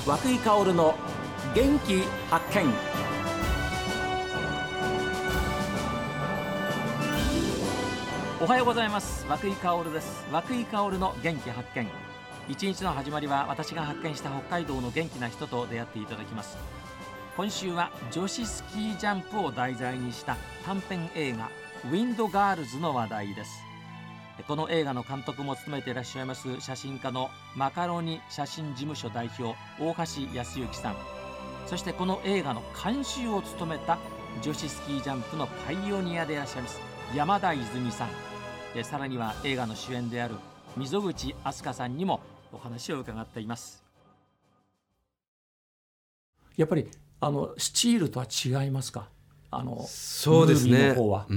涌井薫の元気発見。おはようございます。涌井薫です。涌井薫の元気発見。一日の始まりは私が発見した北海道の元気な人と出会っていただきます。今週は女子スキージャンプを題材にした短編映画ウィンドガールズの話題です。この映画の監督も務めていらっしゃいます写真家のマカロニ写真事務所代表大橋康之さん、そしてこの映画の監修を務めた女子スキージャンプのパイオニアでいらっしゃいます山田泉さん、さらには映画の主演である溝口飛鳥さんにもお話を伺っています。やっぱりスチールとは違いますか？ そうですね、 ムービーの方は。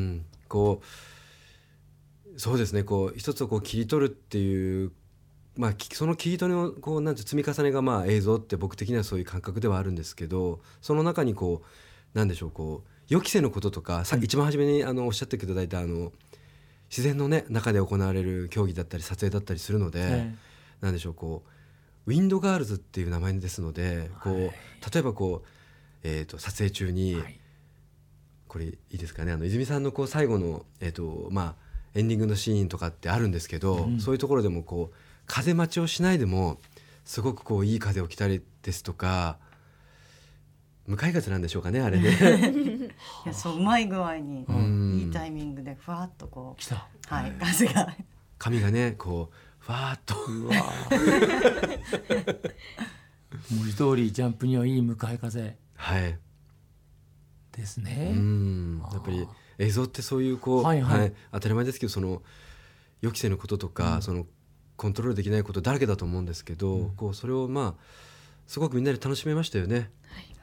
そうですね、一つを切り取るっていう、その切り取りのなんて積み重ねが映像って僕的にはそういう感覚ではあるんですけど、その中になんでしょう、予期せぬこととか、一番初めにおっしゃっていただいた自然の、中で行われる競技だったり撮影だったりするので、なんでしょう、ウィンドガールズっていう名前ですので、例えば撮影中に、これいいですかね、泉さんの最後の、エンディングのシーンとかってあるんですけど、そういうところでも風待ちをしないでもすごくいい風を着たりですとか、向かい風なんでしょうかね、あれねいや、そう、うまい具合にいいタイミングでふわっと来た、 風が髪がねふわーっとうわ文字通りジャンプにはいい向かい風ですね。 やっぱり映像ってそういう当たり前ですけど、予期せぬこととか、コントロールできないことだらけだと思うんですけど、それをすごくみんなで楽しめましたよね。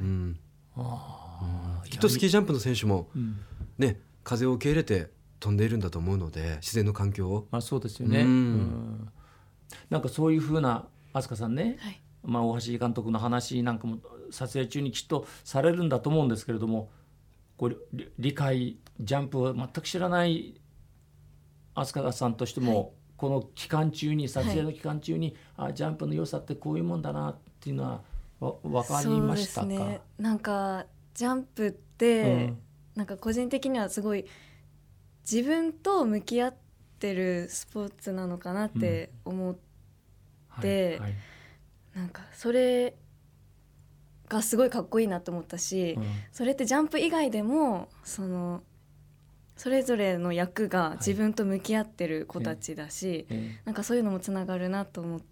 きっとスキージャンプの選手も、風を受け入れて飛んでいるんだと思うので、自然の環境を。 そうですよね。なんかそういうふうな飛鳥さんね、大橋監督の話なんかも撮影中にきっとされるんだと思うんですけれども、理解ジャンプを全く知らない飛鳥さんとしても、この期間中に撮影の期間中に、ジャンプの良さってこういうもんだなっていうのは分かりましたか？ そうですね、なんかジャンプって、なんか個人的にはすごい自分と向き合ってるスポーツなのかなって思って、なんかそれがすごいかっこいいなと思ったし、それってジャンプ以外でもそれぞれの役が自分と向き合ってる子たちだし、なんかそういうのもつながるなと思って、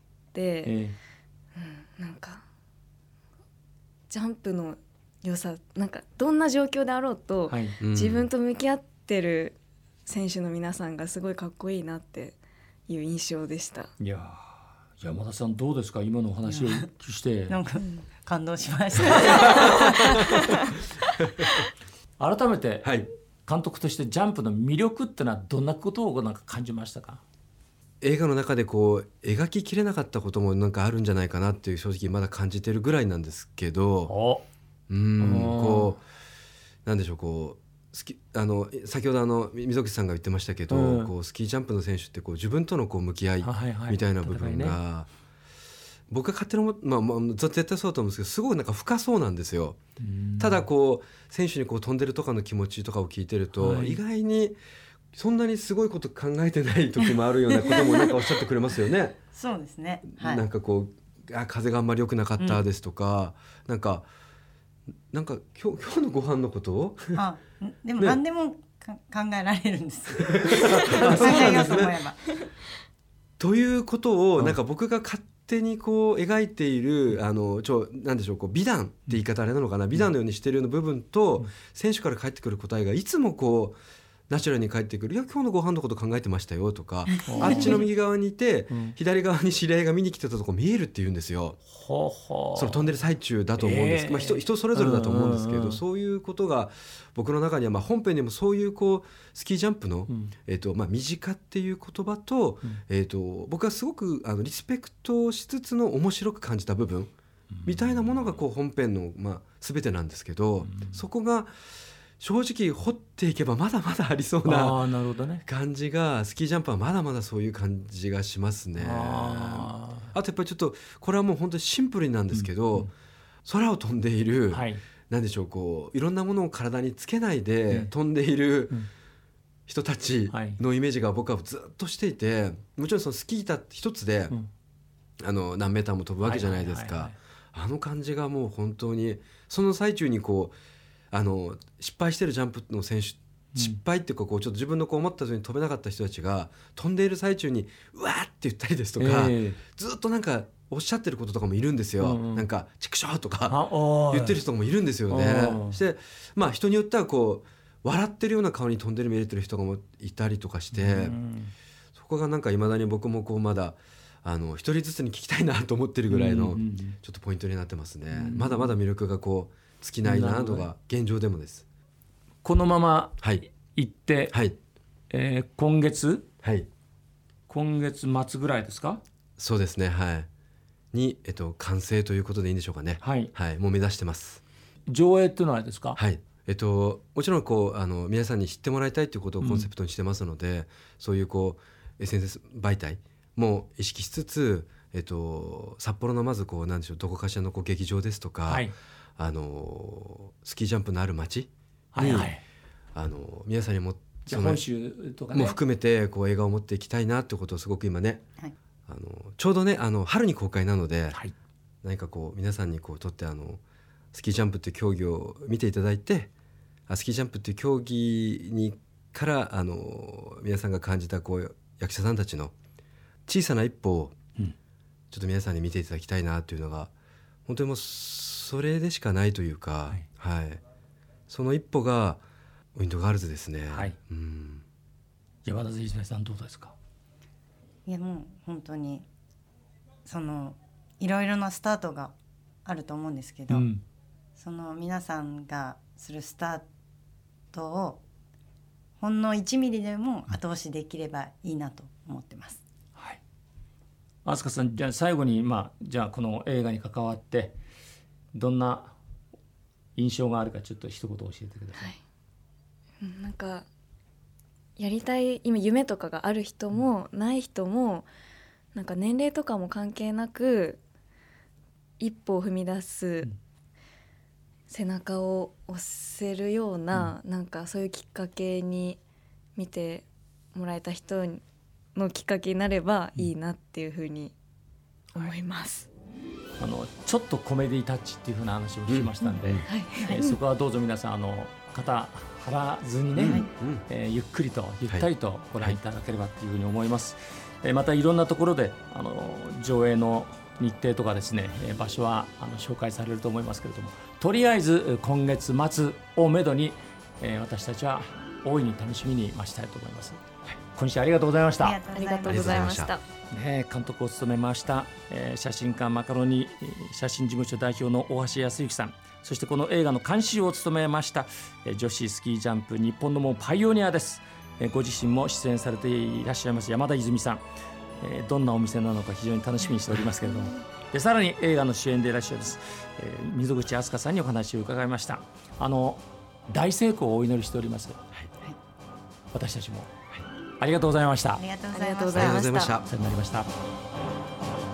なんかジャンプの良さ、なんかどんな状況であろうと、自分と向き合ってる選手の皆さんがすごいかっこいいなっていう印象でした。 いや、山田さんどうですか、今のお話をしてなんか感動しました改めて、監督としてジャンプの魅力ってのはどんなことをなんか感じましたか？ 映画の中で描ききれなかったこともなんかあるんじゃないかなっていう、正直まだ感じてるぐらいなんですけど、なんでしょう、先ほど溝口さんが言ってましたけど、スキージャンプの選手って自分との向き合いみたいな部分が、僕が勝手に絶対そうだと思うんですけど、すごいなんか深そうなんですよ。ただ選手に飛んでるとかの気持ちとかを聞いてると、意外にそんなにすごいこと考えてない時もあるようなこともなんかおっしゃってくれますよね。 そうですね、 なんか風があんまり良くなかったですとか、なんか今日のご飯のことをでも何でも考えられるんです考えようと思えばということを、なんか僕が勝手に描いているなんでしょう、美談って言い方あれなのかな、美談のようにしているような部分と、選手から返ってくる答えがいつもナチュラルに返ってくる。いや、今日のご飯のこと考えてましたよとか、あっちの右側にいて、左側に知り合いが見に来てたとこ見えるって言うんですよ。その飛んでる最中だと思うんですけど、人それぞれだと思うんですけど、そういうことが僕の中には、本編でもそういうスキージャンプの、身近っていう言葉と、僕はすごくリスペクトしつつの面白く感じた部分みたいなものが本編の全てなんですけど、そこが正直掘っていけばまだまだありそうな感じが、スキージャンプはまだまだそういう感じがしますね。 あとやっぱりちょっとこれはもう本当にシンプルになんですけど、空を飛んでいる、なんでしょう、こういろんなものを体につけないで飛んでいる人たちのイメージが僕はずっとしていて、もちろんそのスキー板一つで、何メーターも飛ぶわけじゃないですか。あの感じがもう本当にその最中にこう失敗してるジャンプの選手、失敗っていうかこうちょっと自分のこう思ったように飛べなかった人たちが飛んでいる最中にうわーって言ったりですとか、ずっとなんかおっしゃってることとかもいるんですよ、なんか畜生とか言ってる人もいるんですよね。そしてまあ人によってはこう笑ってるような顔に飛んでる見れてる人もいたりとかして、そこがなんかいまだに僕もこうまだ一人ずつに聞きたいなと思ってるぐらいのちょっとポイントになってますね。まだまだ魅力がこう尽きないなとが現状でもです。 このまま行って、今月末ぐらいですか？ そうですね、に、完成ということでいいんでしょうかね。もう目指してます。 上映っていうのはですか？ もちろんこう皆さんに知ってもらいたいということをコンセプトにしてますので、そういうこう SNS 媒体も意識しつつ、札幌のまずこうなんでしょう、どこかしらのこう劇場ですとか、スキージャンプのある街に、皆さんにも本州とかねも含めてこう映画を持っていきたいなってことをすごく今ね、ちょうどね春に公開なので、何かこう皆さんにこうとってスキージャンプっていう競技を見ていただいて、スキージャンプっていう競技にから皆さんが感じたこう役者さんたちの小さな一歩をちょっと皆さんに見ていただきたいなというのが本当にもうそれでしかないというか、その一歩がウィンドガールズですね。 山田泉さんどうですか？ いやもう本当にいろいろなスタートがあると思うんですけど、その皆さんがするスタートをほんの1ミリでも後押しできればいいなと思ってます。 飛鳥さん、じゃあ最後に、じゃあこの映画に関わってどんな印象があるかちょっと一言教えてください。 なんかやりたい今夢とかがある人もない人もなんか年齢とかも関係なく一歩を踏み出す背中を押せるような、なんかそういうきっかけに見てもらえた人のきっかけになればいいなっていうふうに思います。 ちょっとコメディタッチっていう風な話をしましたんで、そこはどうぞ皆さん肩張らずにね、ゆっくりとゆったりとご覧いただければというふうに思います。またいろんなところで上映の日程とかですね、場所は紹介されると思いますけれども、とりあえず今月末をめどに、私たちは大いに楽しみに待ちたいと思います。今週ありがとうございました。 ありがとうございました。 監督を務めました、写真家マカロニ写真事務所代表の大橋康之さん、そしてこの映画の監修を務めました、女子スキージャンプ日本のもうパイオニアです、ご自身も出演されていらっしゃいます山田泉さん、どんなお店なのか非常に楽しみにしておりますけれども、でさらに映画の主演でいらっしゃいます、溝口飛鳥さんにお話を伺いました。大成功をお祈りしております、私たちも、ありがとうございました。 ありがとうございました。 お世話になりました。